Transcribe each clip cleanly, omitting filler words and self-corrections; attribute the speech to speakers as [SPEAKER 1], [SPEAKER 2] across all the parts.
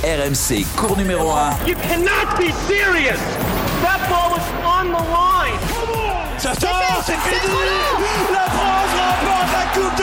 [SPEAKER 1] RMC, cours numéro 1.
[SPEAKER 2] You cannot be serious. That ball was on the line.
[SPEAKER 3] Ça sort, c'est fini. La France remporte la Coupe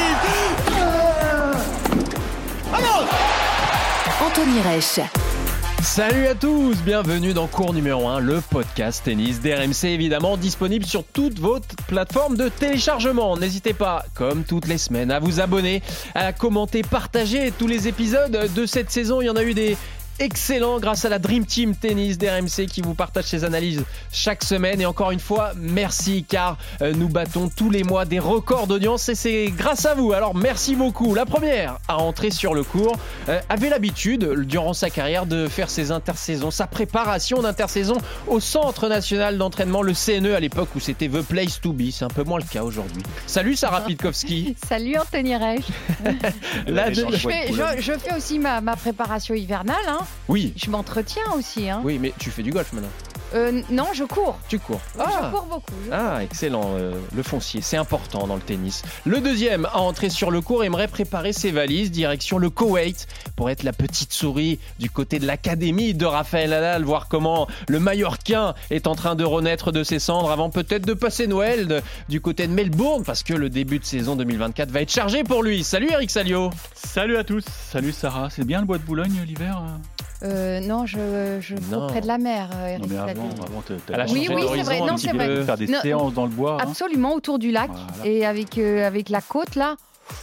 [SPEAKER 3] Davis. Allons.
[SPEAKER 4] Anthony Reich.
[SPEAKER 5] Salut à tous, bienvenue dans Cours numéro 1, le podcast tennis d'RMC, évidemment disponible sur toutes vos plateformes de téléchargement. N'hésitez pas, comme toutes les semaines, à vous abonner, à commenter, partager tous les épisodes de cette saison. Il y en a eu des excellents grâce à la Dream Team Tennis d'RMC qui vous partage ses analyses chaque semaine. Et encore une fois, merci car nous battons tous les mois des records d'audience et c'est grâce à vous. Alors merci beaucoup. La première à entrer sur le cours avait l'habitude durant sa carrière de faire ses intersaisons, sa préparation d'intersaison au Centre National d'Entraînement, le CNE à l'époque où c'était The Place to Be. C'est un peu moins le cas aujourd'hui. Salut Sarah Pitkowski.
[SPEAKER 6] Salut Anthony Reich. Je fais aussi ma préparation hivernale. Hein.
[SPEAKER 5] Oui.
[SPEAKER 6] Je m'entretiens aussi. Hein.
[SPEAKER 5] Oui, mais tu fais du golf maintenant.
[SPEAKER 6] Non, je cours.
[SPEAKER 5] Tu cours.
[SPEAKER 6] Je cours beaucoup.
[SPEAKER 5] Excellent. Le foncier, c'est important dans le tennis. Le deuxième à entrer sur le court aimerait préparer ses valises direction le Koweït pour être la petite souris du côté de l'académie de Raphaël Nadal, voir comment le Mallorquin est en train de renaître de ses cendres avant peut-être de passer Noël du côté de Melbourne parce que le début de saison 2024 va être chargé pour lui. Salut Eric Salio.
[SPEAKER 7] Salut à tous. Salut Sarah. C'est bien le bois de Boulogne l'hiver
[SPEAKER 6] Non, je cours près de la mer. Eric,
[SPEAKER 7] non mais avant
[SPEAKER 6] oui, c'est vrai. Non, c'est vrai.
[SPEAKER 7] Faire des séances dans le bois.
[SPEAKER 6] Absolument, autour du lac. Voilà. Et avec la côte là.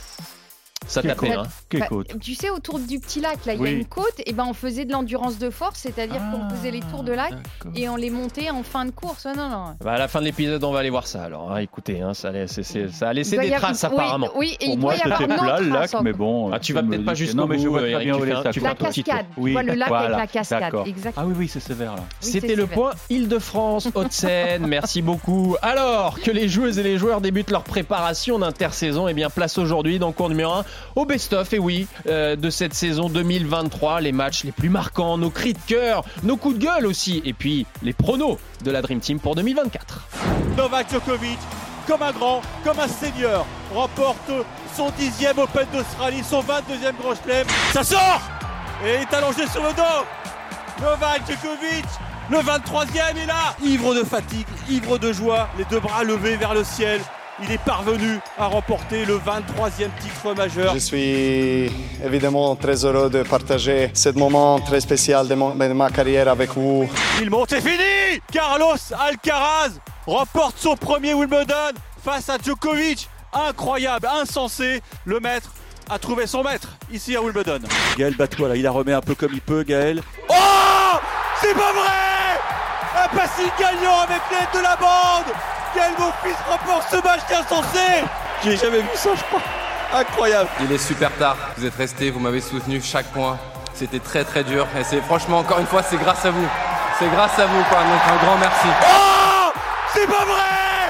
[SPEAKER 5] Ça tapait, hein.
[SPEAKER 7] Quelle côte ?
[SPEAKER 6] Tu sais, autour du petit lac, là, il y a une côte, et on faisait de l'endurance de force, c'est-à-dire qu'on faisait les tours de lac et on les montait en fin de course. Non.
[SPEAKER 5] À la fin de l'épisode, on va aller voir ça. Alors, écoutez, ça a laissé des traces apparemment.
[SPEAKER 6] Oui, et
[SPEAKER 7] pour moi, c'était plat le lac, mais bon.
[SPEAKER 5] Tu vas peut-être pas jusqu'au bout.
[SPEAKER 7] Non, mais je vois très bien où est ça.
[SPEAKER 6] La cascade. Tu vois le lac avec la cascade. Exactement.
[SPEAKER 7] Ah oui, c'est sévère là.
[SPEAKER 5] C'était le point Île-de-France, Hauts-de-Seine. Merci beaucoup. Alors que les joueuses et les joueurs débutent leur préparation d'intersaison, place aujourd'hui dans cours numéro 1 au best-of. Et oui, de cette saison 2023, les matchs les plus marquants, nos cris de cœur, nos coups de gueule aussi, et puis les pronos de la Dream Team pour 2024.
[SPEAKER 3] Novak Djokovic, comme un grand, comme un senior, remporte son 10e Open d'Australie, son 22e Grand Chelem. Ça sort et il est allongé sur le dos. Novak Djokovic, le 23e est là, ivre de fatigue, ivre de joie, les deux bras levés vers le ciel. Il est parvenu à remporter le 23e titre majeur.
[SPEAKER 8] Je suis évidemment très heureux de partager ce moment très spécial de ma carrière avec vous.
[SPEAKER 3] Il monte, c'est fini. Carlos Alcaraz remporte son premier Wimbledon face à Djokovic. Incroyable, insensé. Le maître a trouvé son maître ici à Wimbledon. Gaël Batois, là, il la remet un peu comme il peut, Gaël. Oh, c'est pas vrai. Un passing gagnant avec l'aide de la bande. Quel beau fils remporte ce match qui est insensé. J'ai jamais vu ça, je crois. Incroyable.
[SPEAKER 9] Il est super tard, vous êtes restés, vous m'avez soutenu chaque point. C'était très très dur et c'est franchement encore une fois c'est grâce à vous. C'est grâce à vous quoi, donc un grand merci.
[SPEAKER 3] Oh, c'est pas vrai.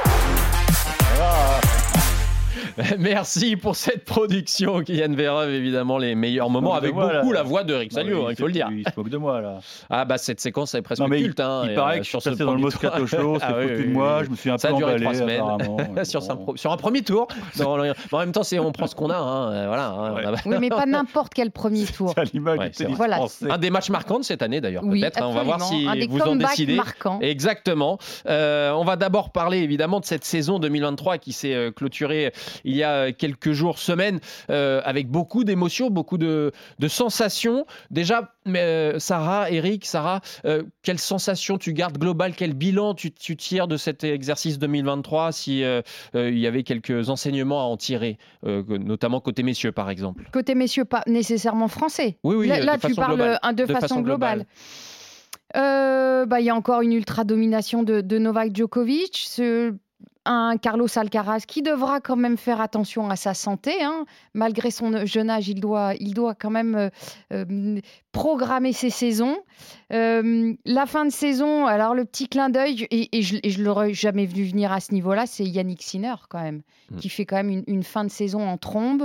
[SPEAKER 5] Merci pour cette production, Kylian Verrev, évidemment les meilleurs moments avec beaucoup la voix de Rick Salio, il faut le dire.
[SPEAKER 7] Il se moque de moi là.
[SPEAKER 5] Cette séquence est presque culte.
[SPEAKER 7] Il paraît que je suis passé dans le Moscato Show, c'est foutu de moi, je me suis un peu emballé apparemment.
[SPEAKER 5] sur un premier tour. En même temps, on prend ce qu'on a.
[SPEAKER 6] Oui, mais pas n'importe quel premier tour.
[SPEAKER 7] C'est à l'image du tennis français.
[SPEAKER 5] Un des matchs marquants de cette année d'ailleurs,
[SPEAKER 6] oui,
[SPEAKER 5] peut-être. On va voir si vous en décidez.
[SPEAKER 6] Marquants.
[SPEAKER 5] Exactement. On va d'abord parler évidemment de cette saison 2023 qui s'est clôturée il y a quelques jours, semaines, avec beaucoup d'émotions, beaucoup de sensations. Déjà, Sarah, quelle sensation tu gardes globale, quel bilan tu tires de cet exercice 2023 si il y avait quelques enseignements à en tirer, notamment côté messieurs par exemple?
[SPEAKER 6] Côté messieurs, pas nécessairement français.
[SPEAKER 5] Oui,
[SPEAKER 6] là tu parles de façon globale. Il y a encore une ultra-domination de Novak Djokovic, un Carlos Alcaraz qui devra quand même faire attention à sa santé. Malgré son jeune âge, il doit quand même programmer ses saisons. La fin de saison, alors le petit clin d'œil, et je l'aurais jamais vu venir à ce niveau-là, c'est Yannick Sinner quand même, qui fait quand même une fin de saison en trombe.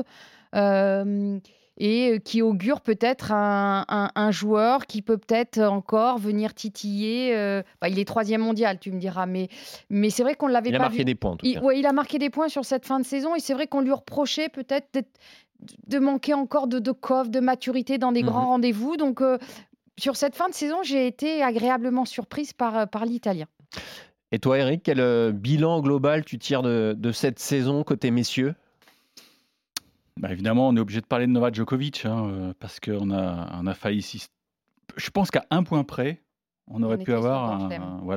[SPEAKER 6] Et qui augure peut-être un joueur qui peut peut-être encore venir titiller. Il est 3e mondial, tu me diras, mais c'est vrai qu'on ne l'avait pas vu.
[SPEAKER 5] Il a marqué des points, en tout cas.
[SPEAKER 6] Il a marqué des points sur cette fin de saison, et c'est vrai qu'on lui reprochait peut-être de manquer encore de coffre, de maturité dans des grands rendez-vous. Donc, sur cette fin de saison, j'ai été agréablement surprise par l'Italien.
[SPEAKER 5] Et toi, Eric, quel bilan global tu tires de cette saison côté messieurs ?
[SPEAKER 7] Évidemment, on est obligé de parler de Novak Djokovic, parce qu'on a failli. Je pense qu'à un point près, on aurait pu avoir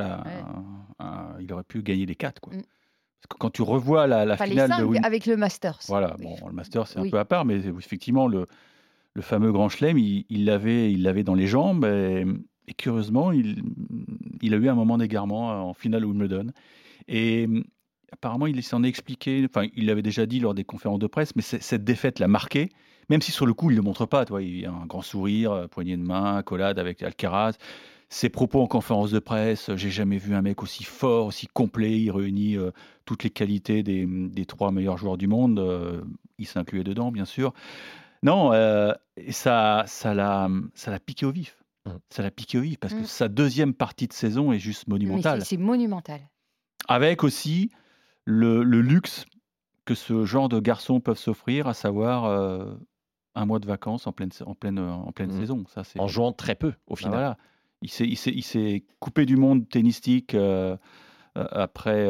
[SPEAKER 7] il aurait pu gagner les 4, quoi. Parce que quand tu revois la finale
[SPEAKER 6] les 5 avec le Masters.
[SPEAKER 7] Voilà, le Masters c'est un peu à part, mais effectivement le fameux Grand Chelem, il l'avait dans les jambes et curieusement, il a eu un moment d'égarement en finale Wimbledon. Et apparemment, il s'en est expliqué, il l'avait déjà dit lors des conférences de presse, mais cette défaite l'a marqué, même si sur le coup, il ne le montre pas. Il a un grand sourire, poignée de main, accolade avec Alcaraz. Ses propos en conférence de presse, j'ai jamais vu un mec aussi fort, aussi complet. Il réunit toutes les qualités des 3 meilleurs joueurs du monde. Il s'incluait dedans, bien sûr. Non, ça l'a piqué au vif. Ça l'a piqué au vif parce que sa deuxième partie de saison est juste monumentale.
[SPEAKER 6] C'est monumental.
[SPEAKER 7] Avec aussi le luxe que ce genre de garçons peuvent s'offrir, à savoir un mois de vacances en pleine saison. Ça,
[SPEAKER 5] en jouant très peu, au final.
[SPEAKER 7] Voilà. Il s'est coupé du monde tennistique après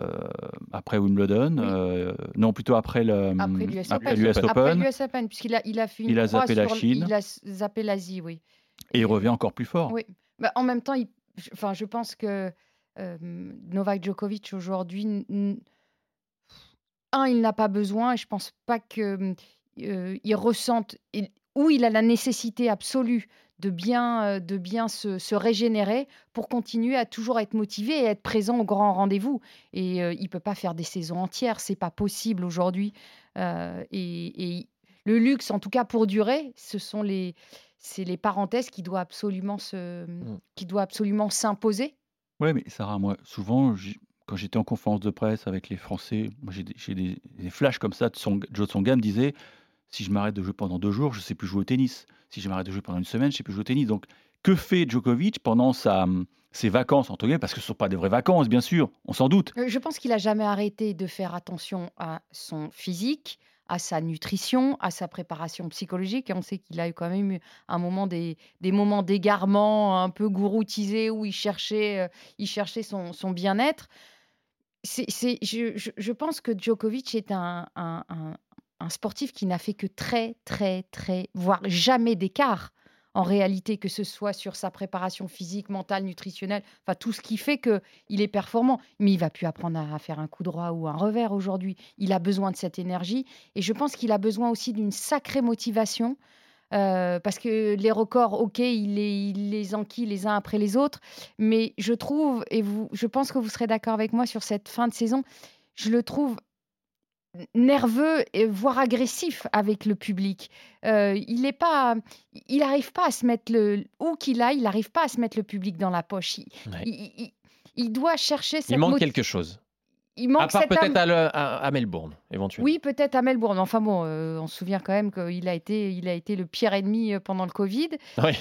[SPEAKER 7] Wimbledon. Non, plutôt après l'US Open.
[SPEAKER 6] Après l'US Open, puisqu'il a fait
[SPEAKER 7] il a zappé la Chine.
[SPEAKER 6] Il a zappé l'Asie, oui.
[SPEAKER 7] Et il revient encore plus fort.
[SPEAKER 6] Oui. En même temps, je pense que Novak Djokovic, aujourd'hui, il n'a pas besoin, et je ne pense pas qu'il ressente, où il a la nécessité absolue de bien se régénérer pour continuer à toujours être motivé et être présent au grand rendez-vous. Et il ne peut pas faire des saisons entières, ce n'est pas possible aujourd'hui. Et le luxe, en tout cas pour durer, c'est les parenthèses qui doivent absolument s'imposer.
[SPEAKER 7] Oui, mais Sarah, moi, souvent, quand j'étais en conférence de presse avec les Français, moi, j'ai des flashs comme ça. Zhou Tsonga me disait, si je m'arrête de jouer pendant 2 jours, je ne sais plus jouer au tennis. Si je m'arrête de jouer pendant 1 semaine, je ne sais plus jouer au tennis. Donc, que fait Djokovic pendant ses vacances, entre guillemets, parce que ce ne sont pas des vraies vacances, bien sûr, on s'en doute.
[SPEAKER 6] Je pense qu'il n'a jamais arrêté de faire attention à son physique, à sa nutrition, à sa préparation psychologique. Et on sait qu'il a eu quand même eu un moment des moments d'égarement un peu gouroutisés où il cherchait son bien-être. Je pense que Djokovic est un sportif qui n'a fait que très, très, très, voire jamais d'écart en réalité, que ce soit sur sa préparation physique, mentale, nutritionnelle, enfin tout ce qui fait qu'il est performant. Mais il ne va plus apprendre à faire un coup droit ou un revers aujourd'hui. Il a besoin de cette énergie et je pense qu'il a besoin aussi d'une sacrée motivation parce que les records, ok, il les enquille les uns après les autres, mais je trouve, je pense que vous serez d'accord avec moi sur cette fin de saison, je le trouve nerveux et voire agressif avec le public. Il n'arrive pas à se mettre où qu'il aille, il n'arrive pas à se mettre le public dans la poche. Il doit chercher cette.
[SPEAKER 5] Il manque quelque chose. À part peut-être à Melbourne, éventuellement.
[SPEAKER 6] Oui, peut-être à Melbourne. Enfin bon, on se souvient quand même qu'il a été le pire ennemi pendant le Covid.
[SPEAKER 5] Oui.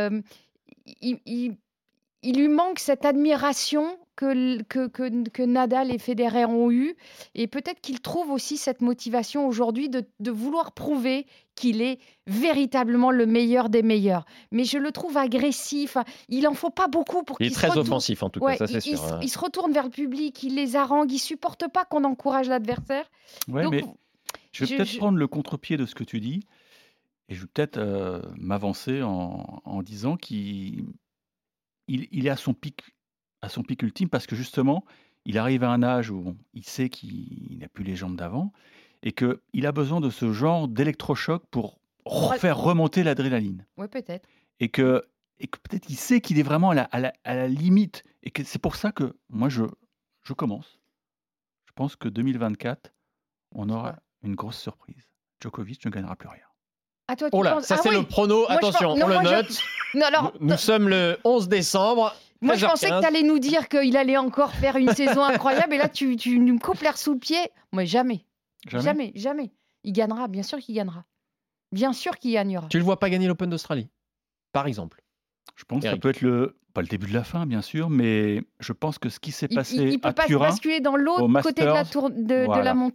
[SPEAKER 6] Il lui manque cette admiration que Nadal et Federer ont eue. Et peut-être qu'il trouve aussi cette motivation aujourd'hui de vouloir prouver qu'il est véritablement le meilleur des meilleurs. Mais je le trouve agressif. Il n'en faut pas beaucoup pour qu'il se retourne.
[SPEAKER 5] Il est très offensif en tout cas, ça c'est sûr.
[SPEAKER 6] Il se retourne vers le public, il les harangue, il ne supporte pas qu'on encourage l'adversaire.
[SPEAKER 7] Ouais, mais je vais peut-être prendre le contre-pied de ce que tu dis. Et je vais peut-être m'avancer en disant qu'il est à son pic ultime parce que justement, il arrive à un âge où il sait qu'il n'a plus les jambes d'avant et qu'il a besoin de ce genre d'électrochoc pour faire remonter l'adrénaline.
[SPEAKER 6] Oui, peut-être.
[SPEAKER 7] Et que peut-être il sait qu'il est vraiment à la limite et que c'est pour ça que moi, je commence. Je pense que 2024, on aura une grosse surprise. Djokovic ne gagnera plus rien.
[SPEAKER 6] Ah, toi,
[SPEAKER 5] oh là, ça c'est le prono. Attention, on le note. Nous sommes le 11 décembre.
[SPEAKER 6] Moi, je pensais que tu allais nous dire qu'il allait encore faire une saison incroyable. Et là, tu me coupes l'air sous le pied. Moi, jamais. Il gagnera. Bien sûr qu'il gagnera. Bien sûr qu'il gagnera.
[SPEAKER 5] Tu ne le vois pas gagner l'Open d'Australie, par exemple?
[SPEAKER 7] Je pense que ça peut être pas le début de la fin, bien sûr, mais je pense que ce qui s'est passé à Turin,
[SPEAKER 6] il peut pas se basculer dans l'autre côté de la montagne.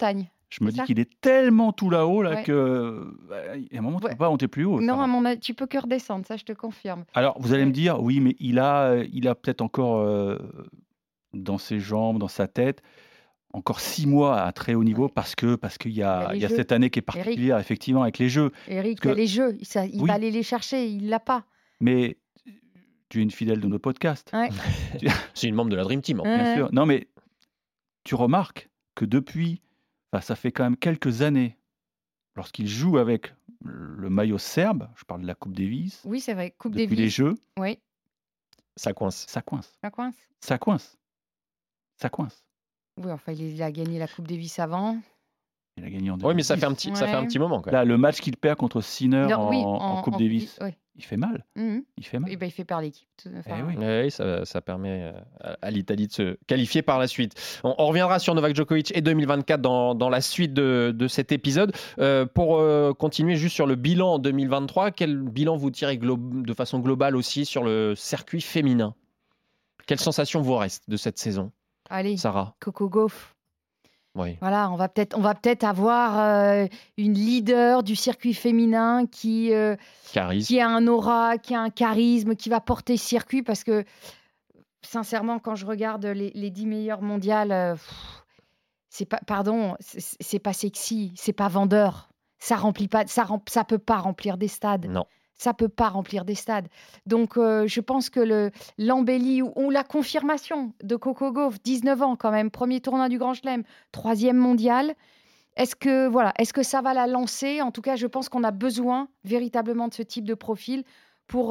[SPEAKER 7] Je me
[SPEAKER 6] C'est
[SPEAKER 7] dis
[SPEAKER 6] ça.
[SPEAKER 7] qu'il est tellement tout là-haut là
[SPEAKER 6] Ouais.
[SPEAKER 7] que à un moment tu
[SPEAKER 6] Ouais.
[SPEAKER 7] peux pas monter plus haut.
[SPEAKER 6] Non,
[SPEAKER 7] Sarah.
[SPEAKER 6] tu peux que redescendre, ça je te confirme.
[SPEAKER 7] Alors vous allez me
[SPEAKER 6] Ouais.
[SPEAKER 7] dire, oui, mais il a peut-être encore dans ses jambes, dans sa tête, encore 6 mois à très haut niveau
[SPEAKER 6] Ouais.
[SPEAKER 7] parce qu'il y
[SPEAKER 6] Il y a
[SPEAKER 7] a,
[SPEAKER 6] les
[SPEAKER 7] il y a
[SPEAKER 6] jeux.
[SPEAKER 7] cette année qui est particulière, effectivement, avec les jeux.
[SPEAKER 6] Eric,
[SPEAKER 7] Parce
[SPEAKER 6] il y a
[SPEAKER 7] que-
[SPEAKER 6] les jeux, il
[SPEAKER 7] Oui.
[SPEAKER 6] va aller les chercher, il l'a pas.
[SPEAKER 7] Mais tu es une fidèle de nos podcasts,
[SPEAKER 6] Ouais.
[SPEAKER 5] C'est une membre de la Dream Team.
[SPEAKER 7] bien sûr. Non, mais tu remarques que depuis, ça fait quand même quelques années, lorsqu'il joue avec le maillot serbe, je parle de la Coupe Davis,
[SPEAKER 6] Oui, c'est vrai. Coupe
[SPEAKER 7] depuis les
[SPEAKER 6] Davis.
[SPEAKER 7] Jeux,
[SPEAKER 6] Oui,
[SPEAKER 5] Ça coince.
[SPEAKER 7] ça coince.
[SPEAKER 6] ça coince.
[SPEAKER 7] Ça coince. Ça coince.
[SPEAKER 6] Oui, enfin, il a gagné la Coupe Davis avant.
[SPEAKER 7] Il a gagné en
[SPEAKER 5] Oui, mais ça
[SPEAKER 7] 2010.
[SPEAKER 5] fait un petit moment quand même.
[SPEAKER 7] Là, le match qu'il perd contre Sinner
[SPEAKER 6] Non, oui,
[SPEAKER 7] en Coupe Davis,
[SPEAKER 6] oui.
[SPEAKER 7] il fait mal.
[SPEAKER 6] Mhm.
[SPEAKER 7] Il fait mal.
[SPEAKER 6] Oui, bah, il fait perdre l'équipe.
[SPEAKER 7] Eh oui.
[SPEAKER 5] Oui, ça permet à l'Italie de se qualifier par la suite. On reviendra sur Novak Djokovic et 2024 dans la suite de cet épisode. Pour continuer juste sur le bilan 2023, quel bilan vous tirez de façon globale aussi sur le circuit féminin? Quelles sensations vous restent de cette saison,
[SPEAKER 6] Allez,
[SPEAKER 5] Sarah?
[SPEAKER 6] Coco Gauff.
[SPEAKER 5] Oui.
[SPEAKER 6] Voilà, on va peut-être avoir une leader du circuit féminin qui
[SPEAKER 5] Charisme.
[SPEAKER 6] a un aura, qui a un charisme, qui va porter ce circuit parce que sincèrement, quand je regarde les 10 meilleures mondiales, c'est pas sexy, c'est pas vendeur. Ça remplit pas, ça peut pas remplir des stades.
[SPEAKER 5] Non.
[SPEAKER 6] Ça peut pas remplir des stades. Donc, je pense que l'embellie ou la confirmation de Coco Gauff, 19 ans quand même, premier tournoi du Grand Chelem, 3e mondial. Est-ce que ça va la lancer? En tout cas, je pense qu'on a besoin véritablement de ce type de profil pour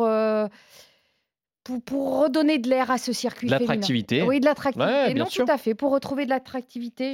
[SPEAKER 6] redonner de l'air à ce circuit
[SPEAKER 5] De
[SPEAKER 6] féminin.
[SPEAKER 5] l'attractivité.
[SPEAKER 6] Oui, de l'attractivité.
[SPEAKER 5] Ouais, bien
[SPEAKER 6] Non,
[SPEAKER 5] sûr.
[SPEAKER 6] tout à fait. Pour retrouver de l'attractivité,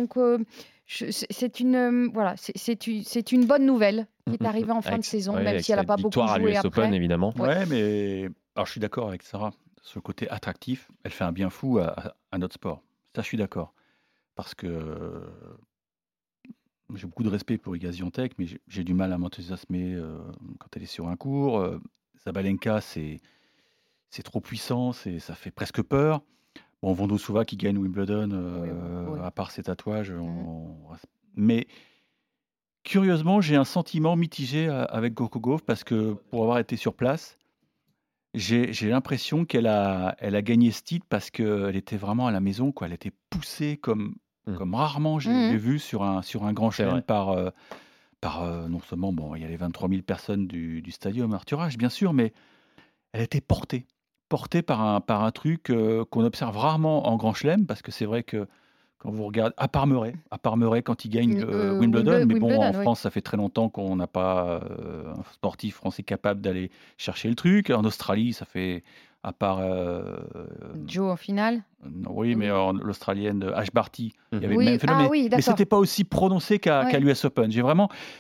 [SPEAKER 6] c'est une bonne nouvelle qui est arrivée en fin de saison, même si elle n'a pas beaucoup
[SPEAKER 5] victoire à
[SPEAKER 6] joué
[SPEAKER 5] l'US
[SPEAKER 6] après.
[SPEAKER 5] Open, évidemment.
[SPEAKER 7] Ouais, mais alors, je suis d'accord avec Sarah. Sur le côté attractif, elle fait un bien fou à notre sport. Ça, je suis d'accord. Parce que j'ai beaucoup de respect pour Iga Swiatek, mais j'ai du mal à m'enthousiasmer quand elle est sur un court. Sabalenka, c'est trop puissant, ça fait presque peur. Bon, Vondrousova qui gagne Wimbledon,
[SPEAKER 6] Oui.
[SPEAKER 7] à part ses tatouages. Mais curieusement, j'ai un sentiment mitigé avec Coco Gauff parce que pour avoir été sur place, j'ai l'impression qu'elle a gagné ce titre parce qu'elle était vraiment à la maison, quoi. Elle était poussée comme rarement j'ai vu sur un grand
[SPEAKER 5] C'est
[SPEAKER 7] chelem
[SPEAKER 5] vrai.
[SPEAKER 7] par non seulement, bon, il y a les 23 000 personnes du stadium Arthur Ashe, bien sûr, mais elle était portée par un truc qu'on observe rarement en grand chelem, parce que c'est vrai que quand vous regardez, à part Murray quand il gagne Wimbledon, mais bon, en
[SPEAKER 6] oui.
[SPEAKER 7] France, ça fait très longtemps qu'on n'a pas un sportif français capable d'aller chercher le truc. En Australie, ça fait, à part...
[SPEAKER 6] Joe en finale.
[SPEAKER 7] oui, mais l'Australienne Ash Barty, il y avait
[SPEAKER 6] Oui,
[SPEAKER 7] le même phénomène.
[SPEAKER 6] oui,
[SPEAKER 7] Mais
[SPEAKER 6] d'accord.
[SPEAKER 7] c'était pas aussi prononcé qu'à
[SPEAKER 6] Ouais.
[SPEAKER 7] l'US Open. Je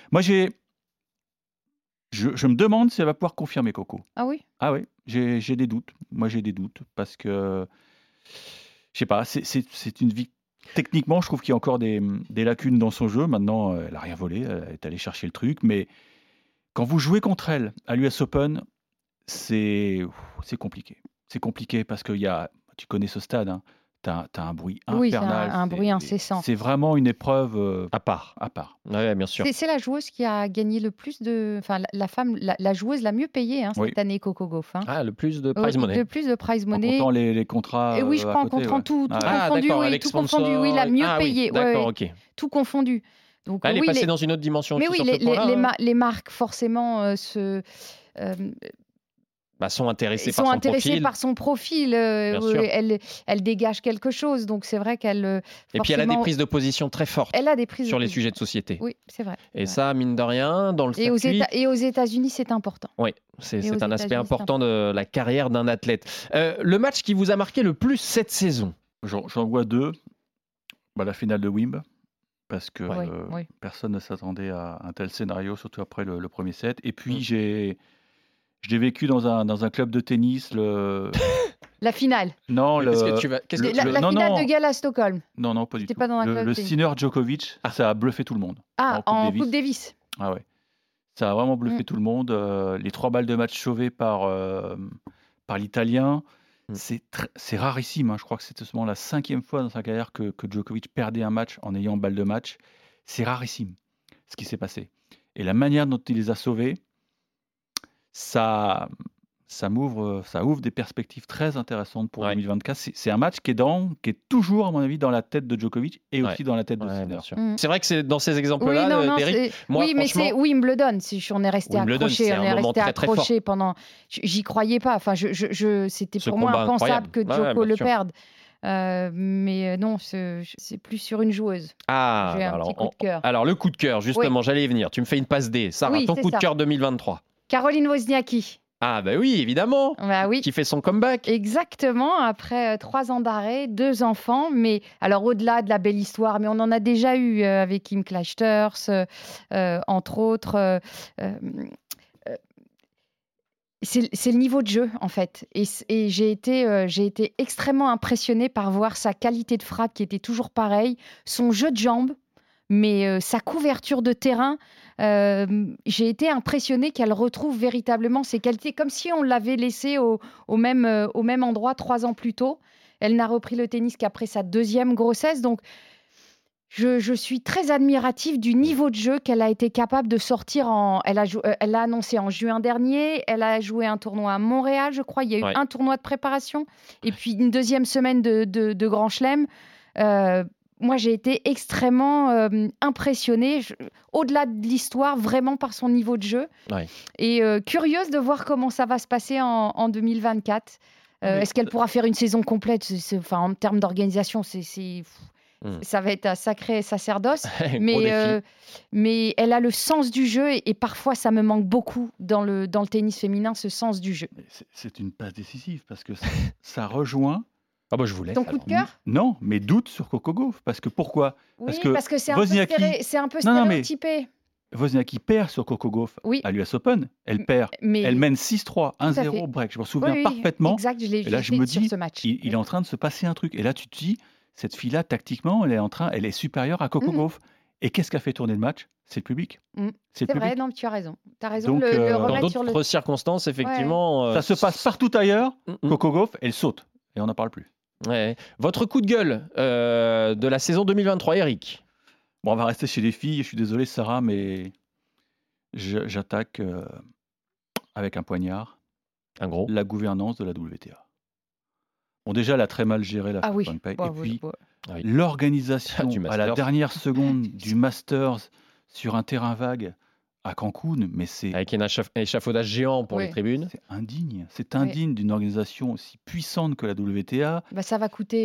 [SPEAKER 7] me demande si elle va pouvoir confirmer Coco.
[SPEAKER 6] Ah oui.
[SPEAKER 7] Ah oui, j'ai des doutes. Moi, j'ai des doutes parce que, je sais pas, c'est une vie. Techniquement, je trouve qu'il y a encore des lacunes dans son jeu. Maintenant, elle a rien volé, elle est allée chercher le truc. Mais quand vous jouez contre elle à l'US Open, c'est compliqué. C'est compliqué parce que tu connais ce stade, hein, t'as un bruit
[SPEAKER 6] Oui, c'est
[SPEAKER 7] infernal.
[SPEAKER 6] un bruit incessant.
[SPEAKER 7] C'est vraiment une épreuve
[SPEAKER 5] À part.
[SPEAKER 7] à part.
[SPEAKER 5] Oui, bien sûr.
[SPEAKER 6] C'est la joueuse qui a gagné le plus de... Enfin, la joueuse la mieux payée cette
[SPEAKER 7] Oui.
[SPEAKER 6] année, Coco Gauff. Hein.
[SPEAKER 5] Ah, le plus de prize money.
[SPEAKER 6] Le plus de prize
[SPEAKER 7] En
[SPEAKER 6] money.
[SPEAKER 7] comptant les contrats.
[SPEAKER 6] Et oui, je
[SPEAKER 7] à
[SPEAKER 6] crois en
[SPEAKER 7] côté,
[SPEAKER 6] comptant
[SPEAKER 7] ouais.
[SPEAKER 6] tout
[SPEAKER 7] Ah,
[SPEAKER 6] confondu,
[SPEAKER 5] d'accord,
[SPEAKER 6] oui,
[SPEAKER 5] avec
[SPEAKER 6] tout
[SPEAKER 5] sponsor.
[SPEAKER 6] confondu, oui, la mieux
[SPEAKER 5] Ah oui,
[SPEAKER 6] payée.
[SPEAKER 5] d'accord,
[SPEAKER 6] ouais,
[SPEAKER 5] ok.
[SPEAKER 6] tout confondu. Donc,
[SPEAKER 5] Elle est
[SPEAKER 6] oui,
[SPEAKER 5] passée dans une autre dimension
[SPEAKER 6] mais
[SPEAKER 5] aussi
[SPEAKER 6] oui,
[SPEAKER 5] sur ce point-là, hein.
[SPEAKER 6] les marques forcément
[SPEAKER 5] sont intéressées
[SPEAKER 6] sont
[SPEAKER 5] par son
[SPEAKER 6] intéressées
[SPEAKER 5] profil.
[SPEAKER 6] par son profil.
[SPEAKER 5] sûr.
[SPEAKER 6] Elle dégage quelque chose, donc c'est vrai qu'elle.
[SPEAKER 5] Et puis elle a des
[SPEAKER 6] forcément,
[SPEAKER 5] prises de position très fortes
[SPEAKER 6] Elle a des prises
[SPEAKER 5] sur
[SPEAKER 6] de
[SPEAKER 5] les
[SPEAKER 6] position.
[SPEAKER 5] sujets de société.
[SPEAKER 6] Oui, c'est vrai.
[SPEAKER 5] Et ça, mine de rien, dans le circuit,
[SPEAKER 6] Et aux États-Unis, c'est important.
[SPEAKER 5] oui,
[SPEAKER 6] Et aux
[SPEAKER 5] c'est un aspect
[SPEAKER 6] États-Unis,
[SPEAKER 5] important de la carrière d'un athlète. Le match qui vous a marqué le plus cette saison?
[SPEAKER 7] J'en vois deux. La finale de Wimb, parce que
[SPEAKER 6] Oui.
[SPEAKER 7] personne ne s'attendait à un tel scénario, surtout après le premier set. Et puis, je l'ai vécu dans un club de tennis.
[SPEAKER 6] La finale.
[SPEAKER 7] Non,
[SPEAKER 5] Qu'est-ce que tu vas- qu'est-ce que
[SPEAKER 6] La
[SPEAKER 5] tu-
[SPEAKER 7] non,
[SPEAKER 6] finale
[SPEAKER 7] non.
[SPEAKER 6] de Gala à Stockholm.
[SPEAKER 7] Non, pas du
[SPEAKER 6] C'était
[SPEAKER 7] tout.
[SPEAKER 6] pas dans un club de
[SPEAKER 7] Le
[SPEAKER 6] tennis.
[SPEAKER 7] Sinner-Djokovic, ça a bluffé tout le monde.
[SPEAKER 6] Ah, en Coupe Davis.
[SPEAKER 7] Ah ouais. Ça a vraiment bluffé tout le monde. Les 3 balles de match sauvées par l'Italien, c'est rarissime. Hein. Je crois que c'était seulement la 5e fois dans sa carrière que Djokovic perdait un match en ayant balle de match. C'est rarissime ce qui s'est passé. Et la manière dont il les a sauvés, ça ouvre des perspectives très intéressantes pour 2024. C'est un match qui est toujours, à mon avis, dans la tête de Djokovic et aussi dans la tête de Sinner.
[SPEAKER 5] C'est vrai que c'est dans ces exemples-là, Derrick.
[SPEAKER 6] Mais c'est Wimbledon. On est resté accroché pendant. J'y croyais pas. Enfin, c'était pour moi impensable que Djoko le perde. Mais non, c'est plus sur une joueuse. J'ai un petit coup de cœur.
[SPEAKER 5] Alors, le coup de cœur, justement, j'allais y venir. Tu me fais une passe D. Sarah, ton coup de cœur 2023.
[SPEAKER 6] Caroline Wozniacki.
[SPEAKER 5] Ah bah oui, évidemment.
[SPEAKER 6] Oui.
[SPEAKER 5] Qui fait son comeback.
[SPEAKER 6] Exactement, après 3 ans d'arrêt, 2 enfants. Mais alors au-delà de la belle histoire, mais on en a déjà eu avec Kim Clijsters, entre autres. C'est le niveau de jeu, en fait. Et j'ai été extrêmement impressionnée par voir sa qualité de frappe qui était toujours pareille, son jeu de jambes, mais sa couverture de terrain. J'ai été impressionnée qu'elle retrouve véritablement ses qualités, comme si on l'avait laissée au même endroit 3 ans plus tôt. Elle n'a repris le tennis qu'après sa 2e grossesse. Donc, je suis très admirative du niveau de jeu qu'elle a été capable de sortir. Elle l'a annoncé en juin dernier. Elle a joué un tournoi à Montréal, je crois. Il y a eu un tournoi de préparation et puis une 2e semaine de Grand Chelem. Moi, j'ai été extrêmement impressionnée, au-delà de l'histoire, vraiment par son niveau de jeu. Et curieuse de voir comment ça va se passer en 2024. Est-ce qu'elle pourra faire une saison complète ? En termes d'organisation, ça va être un sacré sacerdoce. Mais elle a le sens du jeu et parfois, ça me manque beaucoup dans le tennis féminin, ce sens du jeu.
[SPEAKER 7] C'est une passe décisive parce que ça rejoint...
[SPEAKER 5] Ah bah je vous laisse.
[SPEAKER 6] Ton coup de cœur ?
[SPEAKER 7] Non, mais doute sur Coco Gauff. Parce que pourquoi ?
[SPEAKER 6] Parce que c'est un peu stéréotypé.
[SPEAKER 7] Wozniacki perd sur Coco Gauff à l'US Open. Elle perd. Elle mène 6-3, 1-0 break. Je me souviens parfaitement.
[SPEAKER 6] Exact,
[SPEAKER 7] et là, je me dis,
[SPEAKER 6] ce match.
[SPEAKER 7] Il est en train de se passer un truc. Et là, tu te dis, cette fille-là, tactiquement, elle est supérieure à Coco Gauff. Et qu'est-ce qui a fait tourner le match ? C'est le public.
[SPEAKER 6] C'est vrai, non, tu as raison. Tu as raison
[SPEAKER 7] Donc,
[SPEAKER 6] de le remettre
[SPEAKER 5] dans
[SPEAKER 6] sur
[SPEAKER 5] d'autres circonstances, effectivement.
[SPEAKER 7] Ça se passe partout ailleurs. Coco Gauff, elle saute. Et on n'en parle plus.
[SPEAKER 5] Ouais. Votre coup de gueule de la saison 2023, Eric ?
[SPEAKER 7] Bon, on va rester chez les filles. Je suis désolé, Sarah, mais j'attaque avec un poignard.
[SPEAKER 5] Un gros.
[SPEAKER 7] La gouvernance de la WTA. Bon, déjà, elle a très mal géré la Pay. Et puis, l'organisation à la dernière seconde du Masters sur un terrain vague à Cancun, mais c'est...
[SPEAKER 5] Avec un échafaudage géant pour les tribunes.
[SPEAKER 7] C'est indigne. C'est indigne d'une organisation aussi puissante que la WTA.
[SPEAKER 6] Ça va coûter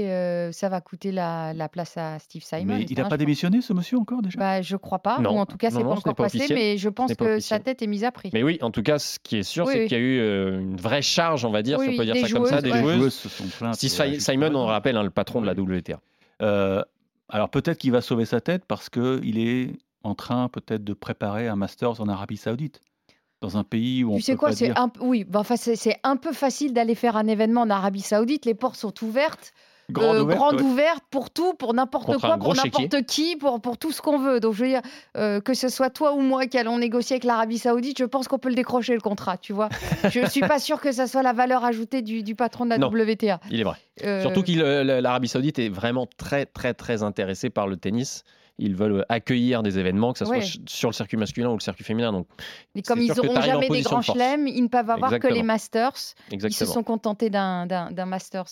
[SPEAKER 6] la place à Steve Simon.
[SPEAKER 7] Mais il n'a pas démissionné, ce monsieur, encore déjà ?
[SPEAKER 6] Je ne crois pas. Non. Ou en tout cas, c'est pas encore passé, officiel. Mais je pense que sa tête est mise à prix.
[SPEAKER 5] Mais oui, en tout cas, ce qui est sûr, c'est qu'il y a eu une vraie charge, on va dire, si on peut dire ça comme ça, des joueuses.
[SPEAKER 7] Se sont plaintes.
[SPEAKER 5] Steve Simon, on rappelle, le patron de la WTA.
[SPEAKER 7] Alors peut-être qu'il va sauver sa tête parce qu'il est en train peut-être de préparer un Masters en Arabie Saoudite, dans un pays où on peut pas dire...
[SPEAKER 6] c'est un peu facile d'aller faire un événement en Arabie Saoudite. Les portes sont ouvertes,
[SPEAKER 7] grande
[SPEAKER 6] ouverte pour tout, pour n'importe quoi, pour n'importe qui, pour tout ce qu'on veut. Donc je veux dire, que ce soit toi ou moi qui allons négocier avec l'Arabie Saoudite, je pense qu'on peut le décrocher le contrat, tu vois. Je ne suis pas sûre que ça soit la valeur ajoutée du patron de la WTA.
[SPEAKER 5] Il est vrai. Surtout que l'Arabie Saoudite est vraiment très, très, très intéressée par le tennis. Ils veulent accueillir des événements, que ce soit sur le circuit masculin ou le circuit féminin. Donc,
[SPEAKER 6] mais comme ils n'auront jamais des grands chelems, ils ne peuvent avoir que les Masters.
[SPEAKER 5] Exactement.
[SPEAKER 6] Ils se sont contentés d'un Masters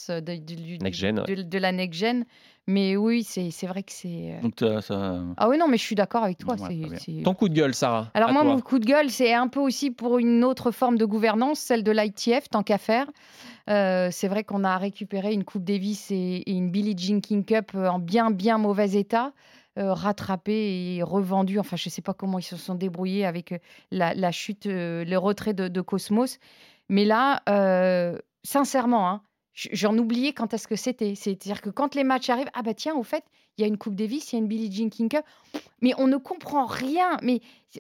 [SPEAKER 6] de la Next Gen. Mais oui, c'est vrai que c'est...
[SPEAKER 7] Donc,
[SPEAKER 6] Ah oui, non, mais je suis d'accord avec toi.
[SPEAKER 5] Ton coup de gueule, Sarah ?
[SPEAKER 6] Alors moi, mon coup de gueule, c'est un peu aussi pour une autre forme de gouvernance, celle de l'ITF, tant qu'à faire. C'est vrai qu'on a récupéré une Coupe Davis et une Billie Jean King Cup en bien, bien mauvais état. Rattrapés et revendus. Enfin, je ne sais pas comment ils se sont débrouillés avec la chute, le retrait de Cosmos. Mais là, sincèrement, j'en oubliais quand est-ce que c'était. C'est-à-dire que quand les matchs arrivent, tiens, au fait, il y a une Coupe Davis, il y a une Billie Jean King Cup. Mais on ne comprend rien. Mais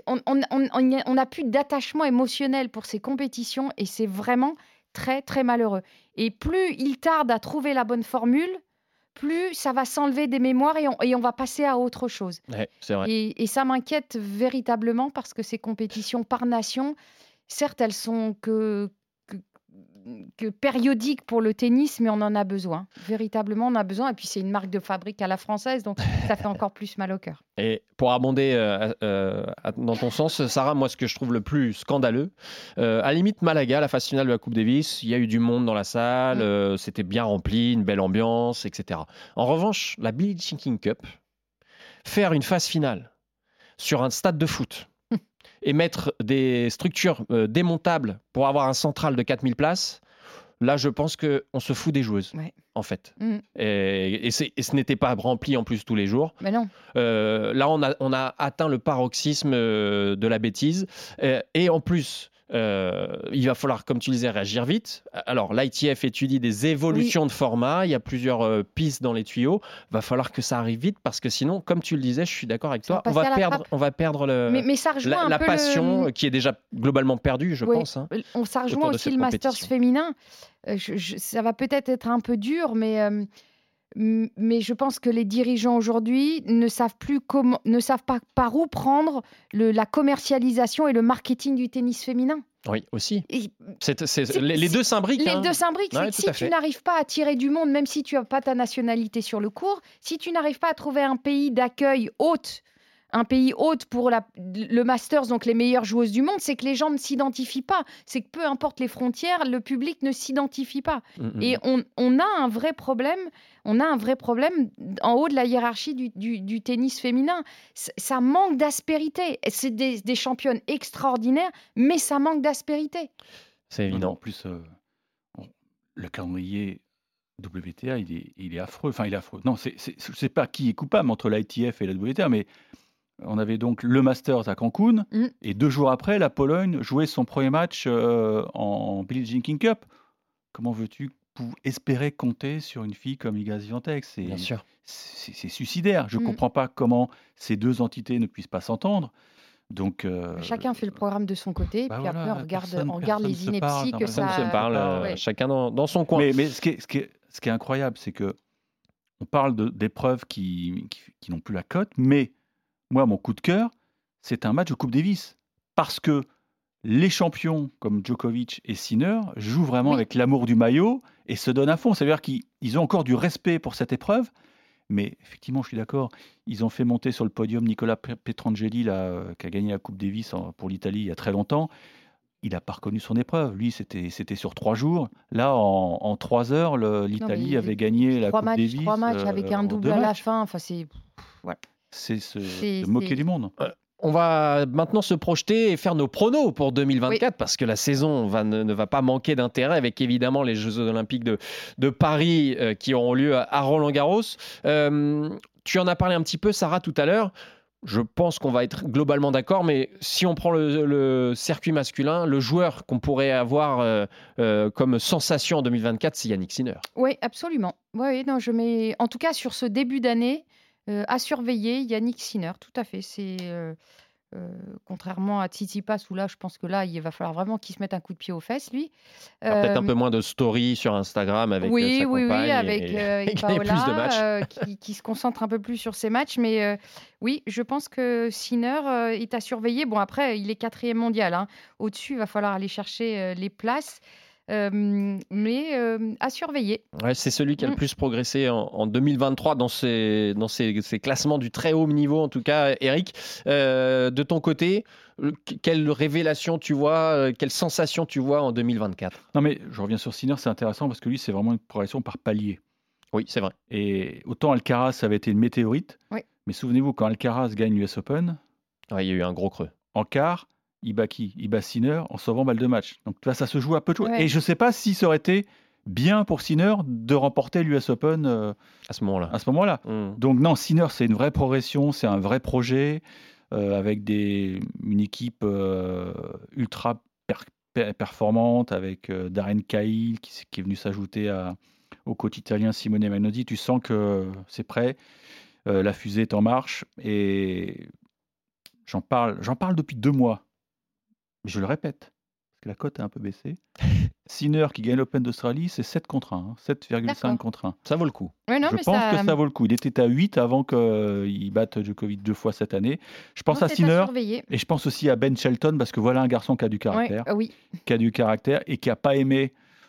[SPEAKER 6] on n'a plus d'attachement émotionnel pour ces compétitions et c'est vraiment très, très malheureux. Et plus il tarde à trouver la bonne formule, plus ça va s'enlever des mémoires et on va passer à autre chose.
[SPEAKER 5] Ouais, c'est vrai.
[SPEAKER 6] Et ça m'inquiète véritablement parce que ces compétitions par nation, certes, elles sont que périodique pour le tennis, mais on en a besoin. Véritablement, on a besoin. Et puis, c'est une marque de fabrique à la française, donc ça fait encore plus mal au cœur.
[SPEAKER 5] Et pour abonder dans ton sens, Sarah, moi, ce que je trouve le plus scandaleux, à la limite, Malaga, la phase finale de la Coupe Davis, il y a eu du monde dans la salle, c'était bien rempli, une belle ambiance, etc. En revanche, la Billie Jean King Cup, faire une phase finale sur un stade de foot et mettre des structures démontables pour avoir un central de 4000 places, là, je pense qu'on se fout des joueuses, en fait. Et ce n'était pas rempli en plus tous les jours.
[SPEAKER 6] Mais non.
[SPEAKER 5] Là, on a atteint le paroxysme de la bêtise. Et en plus, il va falloir, comme tu disais, réagir vite. Alors, l'ITF étudie des évolutions de format. Il y a plusieurs pistes dans les tuyaux. Il va falloir que ça arrive vite parce que sinon, comme tu le disais, je suis d'accord avec toi, on va perdre
[SPEAKER 6] mais ça rejoint
[SPEAKER 5] la passion qui est déjà globalement perdue, je pense. Hein,
[SPEAKER 6] ça rejoint aussi le Masters féminin. Ça va peut-être être un peu dur, mais je pense que les dirigeants aujourd'hui ne savent pas par où prendre la commercialisation et le marketing du tennis féminin.
[SPEAKER 5] Oui, aussi. Les deux s'imbriquent.
[SPEAKER 6] Les deux s'imbriquent. Si tu n'arrives pas à attirer du monde, même si tu n'as pas ta nationalité sur le court, si tu n'arrives pas à trouver un pays d'accueil hôte pour le Masters, donc les meilleures joueuses du monde, c'est que les gens ne s'identifient pas. C'est que peu importe les frontières, le public ne s'identifie pas. Et on a un vrai problème. On a un vrai problème en haut de la hiérarchie du tennis féminin. Ça manque d'aspérité. C'est des championnes extraordinaires, mais ça manque d'aspérité.
[SPEAKER 5] C'est évident.
[SPEAKER 7] En plus, le calendrier WTA, il est affreux. Enfin, il est affreux. Non, je ne sais pas qui est coupable entre l'ITF et la WTA, mais on avait donc le Masters à Cancun, et 2 jours après, la Pologne jouait son premier match en Billie Jean King Cup. Comment veux-tu espérer compter sur une fille comme Iga Swiatek?
[SPEAKER 5] Bien sûr.
[SPEAKER 7] C'est suicidaire. Je ne comprends pas comment ces deux entités ne puissent pas s'entendre. Donc,
[SPEAKER 6] chacun fait le programme de son côté, puis après on regarde les inepties que ça...
[SPEAKER 5] Personne ne se parle, chacun dans son coin.
[SPEAKER 7] Mais ce qui est incroyable, c'est que on parle d'épreuves qui n'ont plus la cote, mais moi, mon coup de cœur, c'est un match de Coupe Davis. Parce que les champions comme Djokovic et Sinner jouent vraiment avec l'amour du maillot et se donnent à fond. C'est-à-dire qu'ils ont encore du respect pour cette épreuve. Mais effectivement, je suis d'accord, ils ont fait monter sur le podium Nicolas Pietrangeli, qui a gagné la Coupe Davis pour l'Italie il y a très longtemps. Il n'a pas reconnu son épreuve. Lui, c'était sur 3 jours. Là, en 3 heures, l'Italie avait gagné la Coupe Davis.
[SPEAKER 6] 3 matchs avec un double à la fin. Enfin, c'est... Voilà.
[SPEAKER 7] C'est se moquer du monde.
[SPEAKER 5] On va maintenant se projeter et faire nos pronos pour 2024 parce que la saison ne va pas manquer d'intérêt avec évidemment les Jeux Olympiques de Paris qui auront lieu à Roland-Garros. Tu en as parlé un petit peu, Sarah, tout à l'heure. Je pense qu'on va être globalement d'accord, mais si on prend le circuit masculin, le joueur qu'on pourrait avoir comme sensation en 2024, c'est Yannick Sinner.
[SPEAKER 6] Oui, absolument. Oui, non, je mets en tout cas sur ce début d'année. À surveiller, Yannick Sinner, tout à fait. C'est contrairement à Tsitsipas où là, je pense que là, il va falloir vraiment qu'il se mette un coup de pied aux fesses, lui.
[SPEAKER 5] Peut-être un peu moins de story sur Instagram avec sa compagne.
[SPEAKER 6] Oui, avec Paola,
[SPEAKER 5] plus de matchs.
[SPEAKER 6] qui se concentre un peu plus sur ses matchs. Mais oui, je pense que Sinner est à surveiller. Bon, après, il est 4e mondial. Hein. Au-dessus, il va falloir aller chercher les places. Mais à surveiller.
[SPEAKER 5] Ouais, c'est celui qui a le plus progressé en 2023 dans ces classements du très haut niveau, en tout cas. Eric, de ton côté, quelle révélation tu vois, quelle sensation tu vois en 2024?
[SPEAKER 7] Non, mais je reviens sur Sinner, c'est intéressant parce que lui, c'est vraiment une progression par palier.
[SPEAKER 5] Oui, c'est vrai.
[SPEAKER 7] Et autant Alcaraz, ça avait été une météorite, mais souvenez-vous, quand Alcaraz gagne l'US Open,
[SPEAKER 5] il y a eu un gros creux.
[SPEAKER 7] En quart, il bat Sinner en sauvant balle de match. Donc ça se joue à peu de choses. Et je ne sais pas si ça aurait été bien pour Sinner de remporter l'US Open
[SPEAKER 5] à ce moment-là.
[SPEAKER 7] Donc non, Sinner, c'est une vraie progression, c'est un vrai projet avec une équipe ultra performante, avec Darren Cahill qui est venu s'ajouter au coach italien Simone Magnozzi. Tu sens que c'est prêt, la fusée est en marche et j'en parle depuis 2 mois. Je le répète, parce que la cote a un peu baissé. Sinner qui gagne l'Open d'Australie, c'est 7 contre 1, 7,5 contre 1.
[SPEAKER 5] Ça vaut le coup.
[SPEAKER 6] Ouais, non,
[SPEAKER 7] je pense que ça vaut le coup. Il était à 8 avant qu'il batte Djokovic 2 fois cette année. Je pense à Sinner et je pense aussi à Ben Shelton, parce que voilà un garçon qui a du caractère, qui a du caractère et qui n'a pas aimé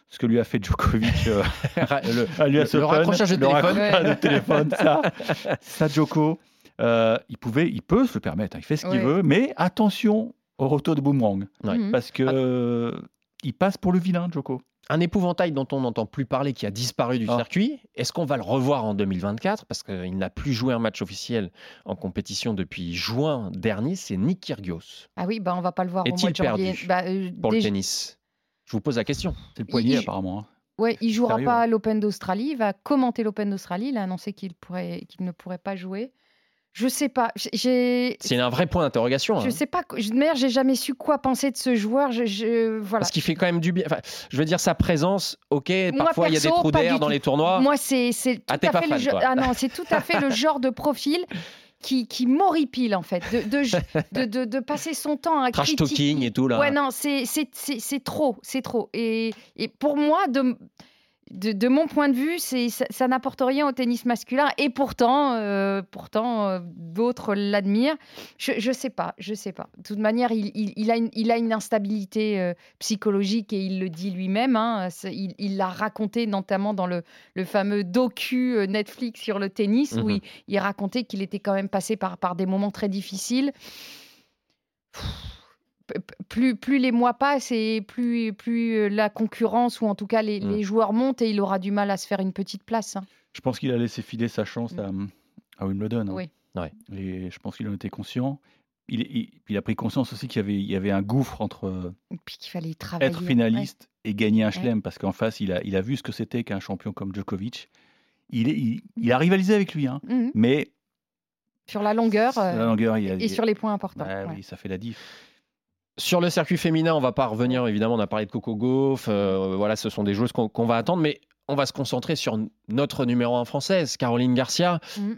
[SPEAKER 7] ce que lui a fait Djokovic
[SPEAKER 5] le raccrochage de téléphone.
[SPEAKER 7] Ça, Djoko, il peut se le permettre, il fait ce qu'il veut, mais attention au retour de boomerang, parce que il passe pour le vilain, Djoko.
[SPEAKER 5] Un épouvantail dont on n'entend plus parler, qui a disparu du circuit. Est-ce qu'on va le revoir en 2024 ? Parce qu'il n'a plus joué un match officiel en compétition depuis juin dernier, c'est Nick Kyrgios.
[SPEAKER 6] Ah oui, on ne va pas le voir
[SPEAKER 5] au mois de janvier. Pour le tennis ? Je vous pose la question.
[SPEAKER 7] C'est le poignet apparemment.
[SPEAKER 6] Oui, il ne jouera pas à l'Open d'Australie, il va commenter l'Open d'Australie, il a annoncé qu'il ne pourrait pas jouer. Je sais pas.
[SPEAKER 5] C'est un vrai point d'interrogation.
[SPEAKER 6] Je sais pas. D'ailleurs, j'ai jamais su quoi penser de ce joueur. Voilà.
[SPEAKER 5] Parce qu'il fait quand même du bien. Enfin, je veux dire, sa présence, parfois il y a des trous d'air dans les tournois.
[SPEAKER 6] Moi, c'est tout à fait c'est tout à fait le genre de profil qui m'horripile en fait, de passer son temps à
[SPEAKER 5] trash talking et tout là.
[SPEAKER 6] Ouais, non, c'est trop. Et pour moi, de mon point de vue, ça n'apporte rien au tennis masculin et pourtant d'autres l'admirent. Je sais pas. De toute manière, il a une instabilité psychologique et il le dit lui-même. Il l'a raconté notamment dans le fameux docu Netflix sur le tennis où il racontait qu'il était quand même passé par des moments très difficiles. Plus les mois passent et plus la concurrence ou en tout cas les joueurs montent et il aura du mal à se faire une petite place.
[SPEAKER 7] Je pense qu'il a laissé filer sa chance à Wimbledon.
[SPEAKER 6] Oui.
[SPEAKER 5] Ouais.
[SPEAKER 7] Et je pense qu'il en était conscient. Il a pris conscience aussi qu'il y avait un gouffre entre
[SPEAKER 6] puis qu'il fallait travailler,
[SPEAKER 7] être finaliste et gagner un chelem parce qu'en face, il a vu ce que c'était qu'un champion comme Djokovic. Il a rivalisé avec lui, mais
[SPEAKER 6] sur la longueur,
[SPEAKER 7] et
[SPEAKER 6] sur les points importants.
[SPEAKER 7] Oui, ça fait la diff.
[SPEAKER 5] Sur le circuit féminin, on ne va pas revenir, évidemment, on a parlé de Coco Gauff, voilà, ce sont des joueuses qu'on va attendre, mais on va se concentrer sur notre numéro 1 française, Caroline Garcia,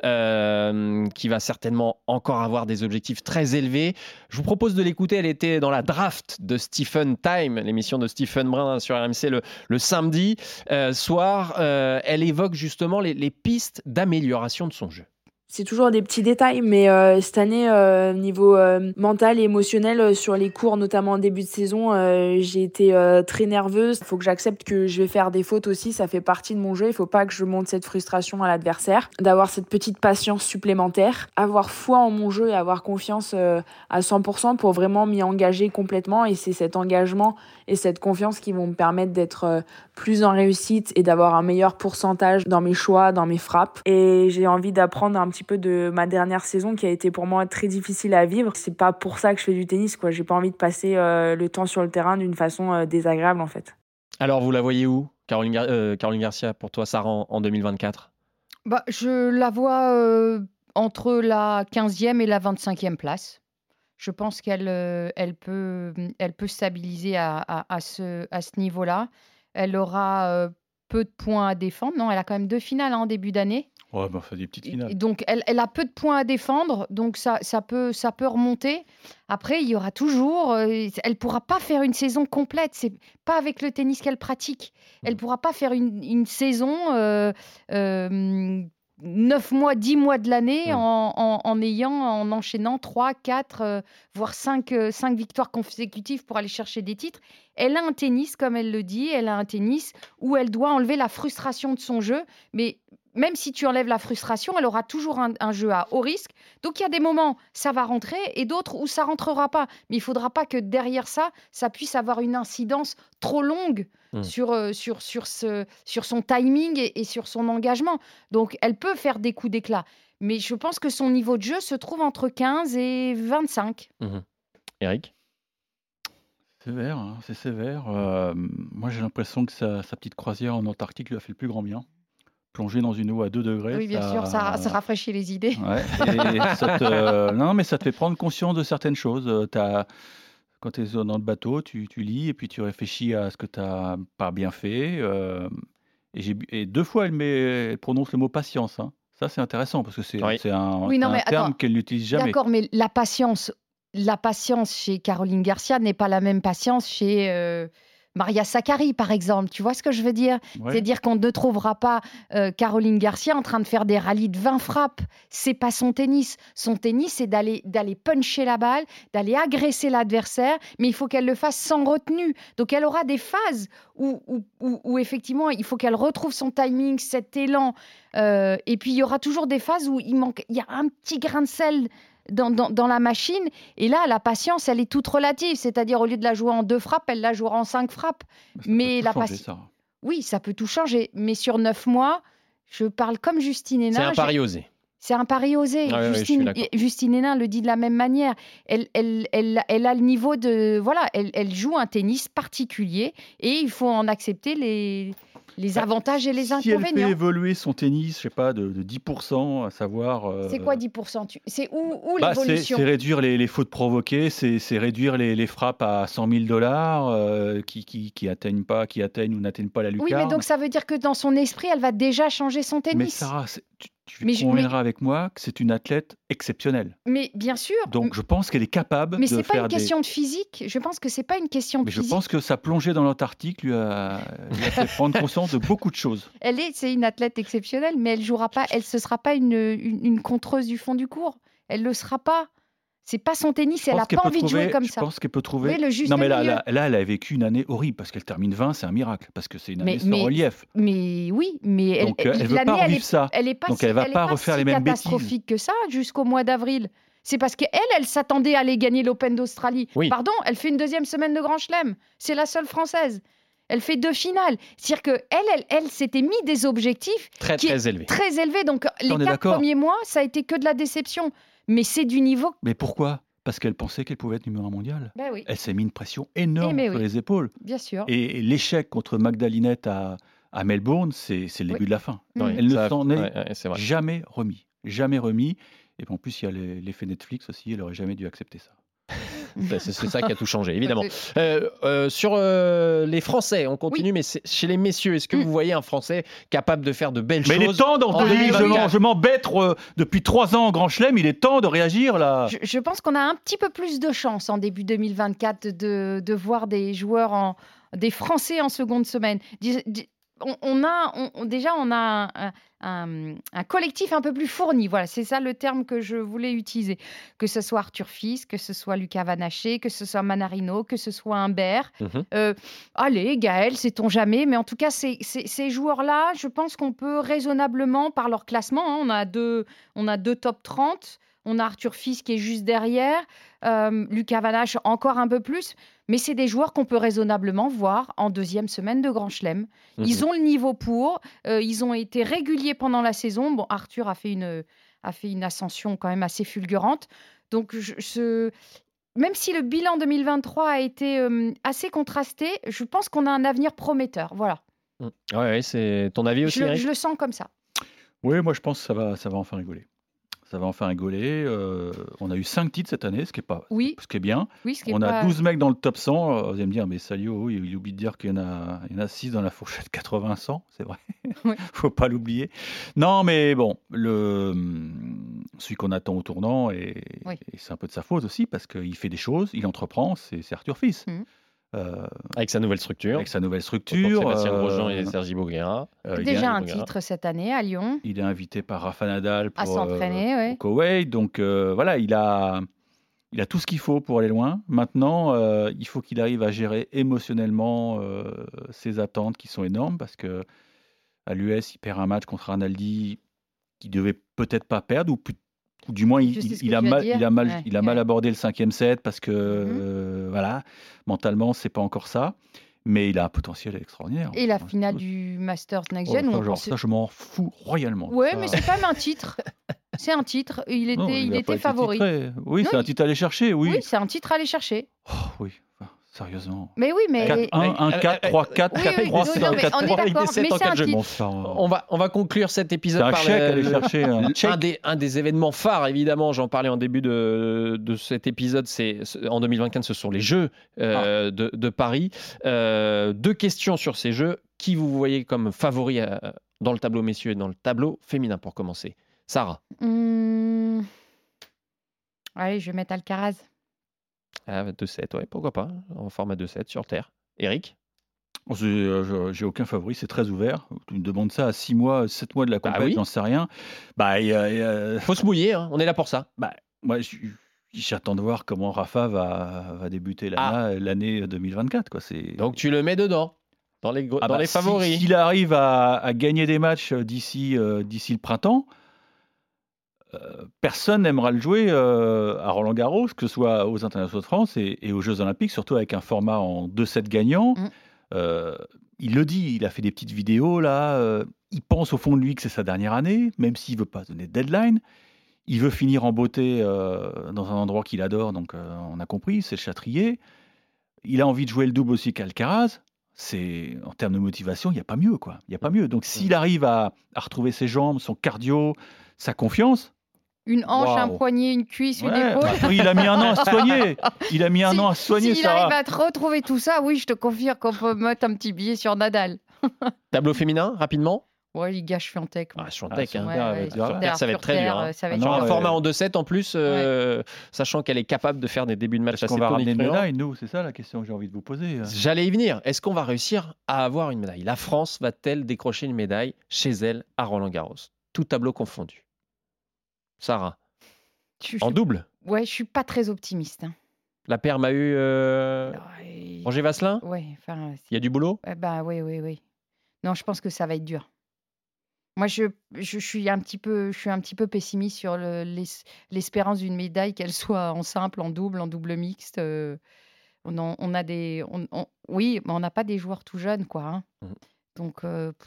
[SPEAKER 5] qui va certainement encore avoir des objectifs très élevés. Je vous propose de l'écouter, elle était dans la draft de Stephen Time, l'émission de Stephen Brun sur RMC le samedi soir. Elle évoque justement les pistes d'amélioration de son jeu.
[SPEAKER 10] C'est toujours des petits détails, mais cette année, niveau mental et émotionnel, sur les cours, notamment en début de saison, j'ai été très nerveuse. Il faut que j'accepte que je vais faire des fautes aussi, ça fait partie de mon jeu. Il ne faut pas que je montre cette frustration à l'adversaire. D'avoir cette petite patience supplémentaire, avoir foi en mon jeu et avoir confiance à 100% pour vraiment m'y engager complètement. Et c'est cet engagement et cette confiance qui vont me permettre d'être plus en réussite et d'avoir un meilleur pourcentage dans mes choix, dans mes frappes. Et j'ai envie d'apprendre un petit peu de ma dernière saison qui a été pour moi très difficile à vivre. C'est pas pour ça que je fais du tennis, quoi. J'ai pas envie de passer le temps sur le terrain d'une façon désagréable, en fait.
[SPEAKER 5] Alors, vous la voyez où, Caroline Garcia, pour toi, Sarah, en 2024 ?
[SPEAKER 6] Je la vois entre la 15e et la 25e place. Je pense qu'elle peut stabiliser à ce niveau-là. Elle aura peu de points à défendre. Non, elle a quand même 2 finales en début d'année.
[SPEAKER 7] Ouais, on fait des petites finales.
[SPEAKER 6] Donc, elle a peu de points à défendre. Donc, ça peut remonter. Après, il y aura toujours... elle ne pourra pas faire une saison complète. C'est pas avec le tennis qu'elle pratique. Elle ne pourra pas faire une saison... 9 mois, 10 mois de l'année en enchaînant 3, 4, voire 5 victoires consécutives pour aller chercher des titres. Elle a un tennis, comme elle le dit, elle a un tennis où elle doit enlever la frustration de son jeu. Mais même si tu enlèves la frustration, elle aura toujours un jeu à haut risque. Donc il y a des moments, ça va rentrer et d'autres où ça ne rentrera pas. Mais il ne faudra pas que derrière ça puisse avoir une incidence trop longue sur son timing et sur son engagement. Donc elle peut faire des coups d'éclat. Mais je pense que son niveau de jeu se trouve entre 15 et 25.
[SPEAKER 5] Eric ?
[SPEAKER 7] Sévère, c'est sévère. Moi, j'ai l'impression que sa petite croisière en Antarctique lui a fait le plus grand bien. Plonger dans une eau à 2 degrés.
[SPEAKER 6] Oui, bien sûr, ça rafraîchit les idées.
[SPEAKER 7] Ouais, non, mais ça te fait prendre conscience de certaines choses. Quand tu es dans le bateau, tu lis et puis tu réfléchis à ce que tu n'as pas bien fait. Et 2 fois, elle prononce le mot patience. Ça, c'est intéressant parce que c'est un terme qu'elle n'utilise jamais.
[SPEAKER 6] D'accord, mais la patience chez Caroline Garcia n'est pas la même patience chez Maria Sakkari, par exemple. Tu vois ce que je veux dire ?
[SPEAKER 7] Ouais.
[SPEAKER 6] C'est-à-dire qu'on ne trouvera pas Caroline Garcia en train de faire des rallyes de 20 frappes. C'est pas son tennis. Son tennis, c'est d'aller puncher la balle, d'aller agresser l'adversaire, mais il faut qu'elle le fasse sans retenue. Donc, elle aura des phases où effectivement, il faut qu'elle retrouve son timing, cet élan. Et puis, il y aura toujours des phases où il y a un petit grain de sel dans la machine. Et là, la patience, elle est toute relative. C'est-à-dire, au lieu de la jouer en 2 frappes, elle la jouera en 5 frappes. Mais la patience. Oui, ça peut tout changer. Mais sur 9 mois, je parle comme Justine Hénin.
[SPEAKER 5] C'est un pari osé.
[SPEAKER 6] C'est un pari osé.
[SPEAKER 5] Ah oui,
[SPEAKER 6] Justine Hénin le dit de la même manière. Elle a le niveau de... Voilà, elle joue un tennis particulier et il faut en accepter les avantages et les inconvénients.
[SPEAKER 7] Si elle fait évoluer son tennis, je sais pas, de 10%, à savoir...
[SPEAKER 6] C'est quoi 10% C'est où l'évolution ?
[SPEAKER 7] C'est réduire les fautes provoquées, c'est réduire les frappes à $100 000 qui atteignent ou n'atteignent pas la lucarne.
[SPEAKER 6] Oui, mais donc ça veut dire que dans son esprit, elle va déjà changer son tennis.
[SPEAKER 7] Mais Sarah, tu conviendras avec moi que c'est une athlète exceptionnelle.
[SPEAKER 6] Mais bien sûr.
[SPEAKER 7] Donc je pense qu'elle est capable
[SPEAKER 6] mais
[SPEAKER 7] de faire
[SPEAKER 6] c'est pas une question de physique. Je pense que c'est pas une question de
[SPEAKER 7] mais
[SPEAKER 6] physique.
[SPEAKER 7] Je pense que sa plongée dans l'Antarctique lui a fait prendre conscience de beaucoup de choses.
[SPEAKER 6] C'est une athlète exceptionnelle, mais elle jouera pas. Elle ce sera pas une contreuse du fond du court. Elle le sera pas. C'est pas son tennis, elle n'a pas envie de jouer comme ça.
[SPEAKER 7] Je pense qu'elle peut trouver.
[SPEAKER 6] Oui, le juste
[SPEAKER 7] non, mais
[SPEAKER 6] milieu.
[SPEAKER 7] là, elle a vécu une année horrible parce qu'elle termine 20, c'est un miracle parce que c'est une année sans relief.
[SPEAKER 6] Mais oui, mais
[SPEAKER 7] donc elle veut pas revivre ça. Donc elle va pas refaire les mêmes bêtises.
[SPEAKER 6] Catastrophique que ça jusqu'au mois d'avril. C'est parce qu'elle s'attendait à aller gagner l'Open d'Australie.
[SPEAKER 5] Oui.
[SPEAKER 6] Pardon, elle fait une 2e semaine de Grand Chelem. C'est la seule française. Elle fait 2 finales. C'est-à-dire qu'elle s'était mis des objectifs
[SPEAKER 5] très élevés.
[SPEAKER 6] Très élevés. Donc les 4 premiers mois, ça a été que de la déception. Mais c'est du niveau.
[SPEAKER 7] Mais pourquoi ? Parce qu'elle pensait qu'elle pouvait être numéro 1 mondial.
[SPEAKER 6] Ben oui.
[SPEAKER 7] Elle s'est mis une pression énorme sur les épaules.
[SPEAKER 6] Bien sûr.
[SPEAKER 7] Et l'échec contre Magdalinette à Melbourne, c'est le début de la fin. Elle ne s'en est jamais remis. Jamais remis. Et en plus, il y a l'effet Netflix aussi. Elle n'aurait jamais dû accepter ça.
[SPEAKER 5] C'est ça qui a tout changé, évidemment. Sur les Français, on continue, mais chez les messieurs, est-ce que vous voyez un Français capable de faire de belles choses ?
[SPEAKER 7] Mais il est temps je m'embête depuis 3 ans en Grand Chelem, il est temps de réagir là.
[SPEAKER 6] Je pense qu'on a un petit peu plus de chance en début 2024 de voir des joueurs, des Français en seconde semaine. On a un collectif un peu plus fourni. Voilà, c'est ça le terme que je voulais utiliser. Que ce soit Arthur Fils, que ce soit Lucas Vanaché, que ce soit Manarino, que ce soit Humbert. Allez, Gaël, sait-on jamais. Mais en tout cas, ces joueurs-là, je pense qu'on peut raisonnablement, par leur classement, on a deux top 30. On a Arthur Fils qui est juste derrière, Lucas Vanache encore un peu plus, mais c'est des joueurs qu'on peut raisonnablement voir en 2e semaine de Grand Chelem. Ils ont le niveau pour, ils ont été réguliers pendant la saison. Bon, Arthur a fait une ascension quand même assez fulgurante. Donc, même si le bilan 2023 a été assez contrasté, je pense qu'on a un avenir prometteur. Voilà.
[SPEAKER 5] Ouais, c'est ton avis aussi, Eric ?
[SPEAKER 6] Je le sens comme ça.
[SPEAKER 7] Oui, moi je pense que ça va enfin rigoler. Ça va enfin rigoler. On a eu 5 titres cette année, ce qui est bien.
[SPEAKER 6] Oui,
[SPEAKER 7] on a 12 mecs dans le top 100. Vous allez me dire, mais Salio, il oublie de dire qu'il y en a 6 dans la fourchette 80-100. C'est vrai.
[SPEAKER 6] Oui.
[SPEAKER 7] Faut pas l'oublier. Non, mais bon, celui qu'on attend au tournant, et c'est un peu de sa faute aussi, parce qu'il fait des choses, il entreprend, c'est Arthur Fils.
[SPEAKER 5] Avec sa nouvelle structure.
[SPEAKER 7] Sébastien
[SPEAKER 5] Grosjean et Sergi Boguera.
[SPEAKER 6] Déjà un titre cette année à Lyon.
[SPEAKER 7] Il est invité par Rafa Nadal
[SPEAKER 6] à s'entraîner,
[SPEAKER 7] au Koweït. Donc voilà, il a tout ce qu'il faut pour aller loin. Maintenant, il faut qu'il arrive à gérer émotionnellement ses attentes qui sont énormes, parce que à l'US, il perd un match contre Arnaldi qu'il devait peut-être pas perdre, ou du moins il a mal abordé le 5e set, parce que voilà, mentalement c'est pas encore ça, mais il a un potentiel extraordinaire.
[SPEAKER 6] Et la finale du Masters Next Gen,
[SPEAKER 7] ça je m'en fous royalement.
[SPEAKER 6] Ouais, mais c'est quand même un titre. C'est un titre. Il était favori.
[SPEAKER 7] Oui, c'est un titre à aller chercher. Oui,
[SPEAKER 6] c'est un titre à aller chercher.
[SPEAKER 7] Oui. Sérieusement.
[SPEAKER 6] Mais oui, mais
[SPEAKER 7] 4-1, 1-4, 3-4, 4-3,
[SPEAKER 6] 4-3, on est d'accord, mais c'est un titre.
[SPEAKER 5] On va conclure cet épisode par un des événements phares, évidemment. J'en parlais en début de cet épisode. C'est en 2024, ce sont les Jeux de Paris. 2 questions sur ces Jeux. Qui vous voyez comme favori dans le tableau messieurs et dans le tableau féminin, pour commencer? Sarah.
[SPEAKER 6] Allez, je vais mettre Alcaraz.
[SPEAKER 5] 2-7, ouais, pourquoi pas, en format 2-7 sur Terre. Eric?
[SPEAKER 7] J'ai aucun favori, c'est très ouvert. Tu me demandes ça à 6 mois, 7 mois de la compétition, j'en sais rien.
[SPEAKER 5] Faut se mouiller, hein, on est là pour ça.
[SPEAKER 7] Moi, j'attends de voir comment Rafa va débuter l'année 2024. Quoi.
[SPEAKER 5] Donc tu le mets dedans, dans les favoris.
[SPEAKER 7] S'il arrive à gagner des matchs d'ici le printemps, personne n'aimera le jouer à Roland-Garros, que ce soit aux Internationaux de France et aux Jeux Olympiques, surtout avec un format en 2-7 gagnants. Il le dit, il a fait des petites vidéos là. Il pense au fond de lui que c'est sa dernière année, même s'il ne veut pas donner de deadline. Il veut finir en beauté dans un endroit qu'il adore, donc on a compris, c'est le Châtrier. Il a envie de jouer le double aussi qu'Alcaraz. En termes de motivation, il n'y a pas mieux, quoi. Il n'y a pas mieux. Donc s'il arrive à retrouver ses jambes, son cardio, sa confiance.
[SPEAKER 6] Une hanche, un poignet, une cuisse, une épaule.
[SPEAKER 7] Il a mis 1 an à se soigner. S'il
[SPEAKER 6] arrive à te retrouver tout ça, oui, je te confirme qu'on peut mettre un petit billet sur Nadal.
[SPEAKER 5] Tableau féminin, rapidement.
[SPEAKER 6] Ouais, les gars, Swiatek.
[SPEAKER 5] Swiatek,
[SPEAKER 6] ça va être
[SPEAKER 5] très dur. Hein. Un format en 2-7 en plus, sachant qu'elle est capable de faire des débuts de match assez tonitruants. Est-ce qu'on va ramener
[SPEAKER 7] une médaille, nous ? C'est ça la question que j'ai envie de vous poser.
[SPEAKER 5] J'allais y venir. Est-ce qu'on va réussir à avoir une médaille ? La France va-t-elle décrocher une médaille chez elle à Roland-Garros ? Tout tableau confondu. Sarah, en double ?
[SPEAKER 6] Ouais, je suis pas très optimiste. Hein.
[SPEAKER 5] La paire m'a eu Roger Vasselin ?
[SPEAKER 6] Ouais.
[SPEAKER 5] Il y a du boulot ?
[SPEAKER 6] Oui. Non, je pense que ça va être dur. Moi, je suis un petit peu pessimiste sur l'espérance d'une médaille, qu'elle soit en simple, en double mixte. On a des, oui, mais on n'a pas des joueurs tout jeunes, quoi. Hein. Donc,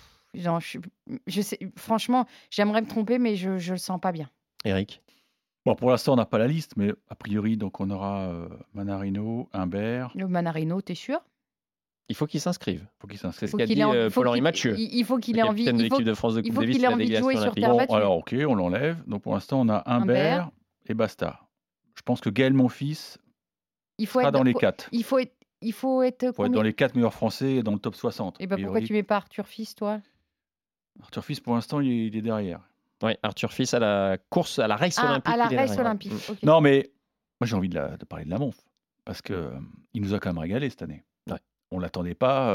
[SPEAKER 6] je sais, franchement, j'aimerais me tromper, mais je le sens pas bien.
[SPEAKER 5] Eric.
[SPEAKER 7] Bon, pour l'instant, on n'a pas la liste, mais a priori, donc on aura Manarino, Humbert.
[SPEAKER 6] Le Manarino, t'es sûr ?
[SPEAKER 5] Il faut qu'il s'inscrive.
[SPEAKER 7] C'est
[SPEAKER 5] ce qu'a dit Paul-Henri Mathieu.
[SPEAKER 6] Il faut qu'il ait envie.
[SPEAKER 5] De l'équipe de France de Coupe Davis,
[SPEAKER 6] il a envie de jouer sur terre battue.
[SPEAKER 7] Alors, ok, on l'enlève. Donc, pour l'instant, on a Humbert et basta. Je pense que Gaël Monfils sera dans les 4.
[SPEAKER 6] Il faut être
[SPEAKER 7] dans les 4 meilleurs Français et dans le top 60.
[SPEAKER 6] Et pourquoi tu mets pas Arthur Fils, toi ?
[SPEAKER 7] Arthur Fils, pour l'instant, il est derrière.
[SPEAKER 5] Oui, Arthur Fils à la course, à la race olympique.
[SPEAKER 6] À la race olympique. Okay.
[SPEAKER 7] Non, mais moi, j'ai envie de parler de la Monf. Parce qu'il nous a quand même régalé cette année. On ne l'attendait pas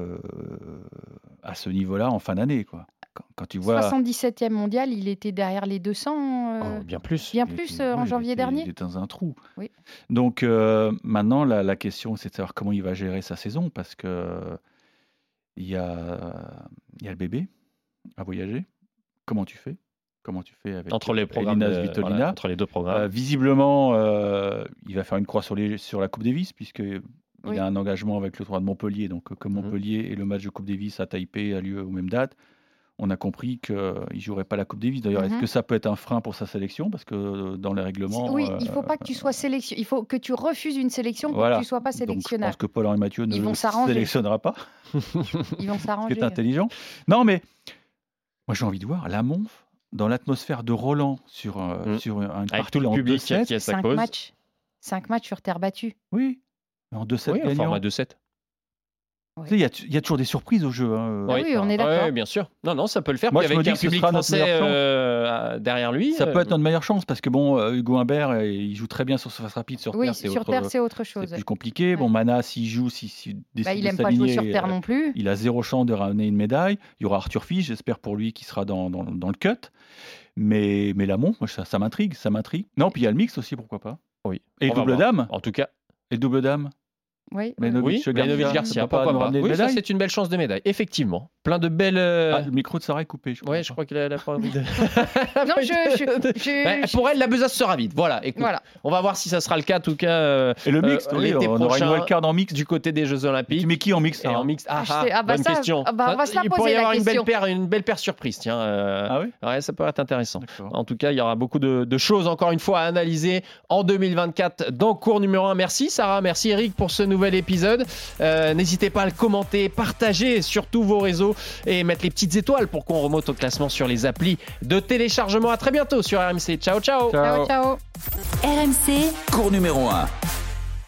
[SPEAKER 7] à ce niveau-là en fin d'année, quoi. Quand tu vois
[SPEAKER 6] 77e mondial, il était derrière les 200.
[SPEAKER 5] Bien plus.
[SPEAKER 6] En janvier dernier.
[SPEAKER 7] Il était dans un trou.
[SPEAKER 6] Oui.
[SPEAKER 7] Donc maintenant, la question, c'est de savoir comment il va gérer sa saison, parce que il y a le bébé à voyager. Comment tu fais avec
[SPEAKER 5] entre les programmes
[SPEAKER 7] Svitolina,
[SPEAKER 5] entre les deux programmes.
[SPEAKER 7] Visiblement, il va faire une croix sur la Coupe Davis, puisque il a un engagement avec le tournoi de Montpellier. Donc, comme Montpellier et le match de Coupe Davis à Taipei a lieu aux mêmes dates, on a compris qu'il ne jouerait pas la Coupe Davis. D'ailleurs, est-ce que ça peut être un frein pour sa sélection ? Parce que dans les règlements...
[SPEAKER 6] Oui, il ne faut pas que tu sois sélectionné. Il faut que tu refuses une sélection pour que tu ne sois pas sélectionnable.
[SPEAKER 7] Donc, je pense que Paul-Henri Mathieu ne le sélectionnera pas.
[SPEAKER 6] Ils vont s'arranger.
[SPEAKER 7] C'est intelligent. Non, mais moi, j'ai envie de voir la Monf dans l'atmosphère de Roland sur un
[SPEAKER 5] partout le public qui a sa cause.
[SPEAKER 6] 5 matchs sur terre battue.
[SPEAKER 7] Oui. En 2-7 gagnant.
[SPEAKER 5] Format 2-7.
[SPEAKER 7] Ouais. Il y a toujours des surprises au jeu. Hein.
[SPEAKER 6] Oui, on est d'accord.
[SPEAKER 5] Oui, bien sûr. Non, ça peut le faire.
[SPEAKER 7] Moi,
[SPEAKER 5] puis avec un public français derrière lui.
[SPEAKER 7] Ça peut être notre meilleure chance parce que Hugo Humbert, il joue très bien sur surface rapide. Sur terre,
[SPEAKER 6] c'est autre chose.
[SPEAKER 7] C'est plus compliqué. Ouais. Bon, Mana, s'il joue, s'il décide
[SPEAKER 6] il n'aime pas jouer sur terre non plus.
[SPEAKER 7] Il a 0 chance de ramener une médaille. Il y aura Arthur Fils, j'espère pour lui, qui sera dans le cut. Mais la Monf, moi, ça m'intrigue. Non, puis il y a le mix aussi, pourquoi pas.
[SPEAKER 5] Oui.
[SPEAKER 7] Et le double dame.
[SPEAKER 5] En tout cas.
[SPEAKER 7] Et le double dame.
[SPEAKER 6] Oui,
[SPEAKER 5] Garcia, pourquoi pas. Oui, ça c'est une belle chance de médaille, effectivement. Plein de belles.
[SPEAKER 7] Le micro de Sarah est coupé.
[SPEAKER 5] Je crois qu'elle a pas envie de.
[SPEAKER 6] Non,
[SPEAKER 5] pour elle, la besace sera vide. Voilà, écoute. On va voir si ça sera le cas, en tout cas.
[SPEAKER 7] Et le mix,
[SPEAKER 5] l'été
[SPEAKER 7] on
[SPEAKER 5] prochain,
[SPEAKER 7] aura une wildcard en mix
[SPEAKER 5] du côté des Jeux Olympiques.
[SPEAKER 7] Tu mets qui en mix
[SPEAKER 5] en mix bonne question.
[SPEAKER 6] On va se la poser.
[SPEAKER 5] Il pourrait y avoir une belle paire surprise, tiens.
[SPEAKER 7] Ah oui.
[SPEAKER 5] Ouais, ça peut être intéressant. En tout cas, il y aura beaucoup de choses encore une fois à analyser en 2024 dans cours numéro 1. Merci Sarah, merci Eric pour ce nouvel épisode. N'hésitez pas à le commenter, partager sur tous vos réseaux et mettre les petites étoiles pour qu'on remonte au classement sur les applis de téléchargement. À très bientôt sur RMC. Ciao.
[SPEAKER 6] Ciao.
[SPEAKER 4] RMC,
[SPEAKER 1] cours numéro 1.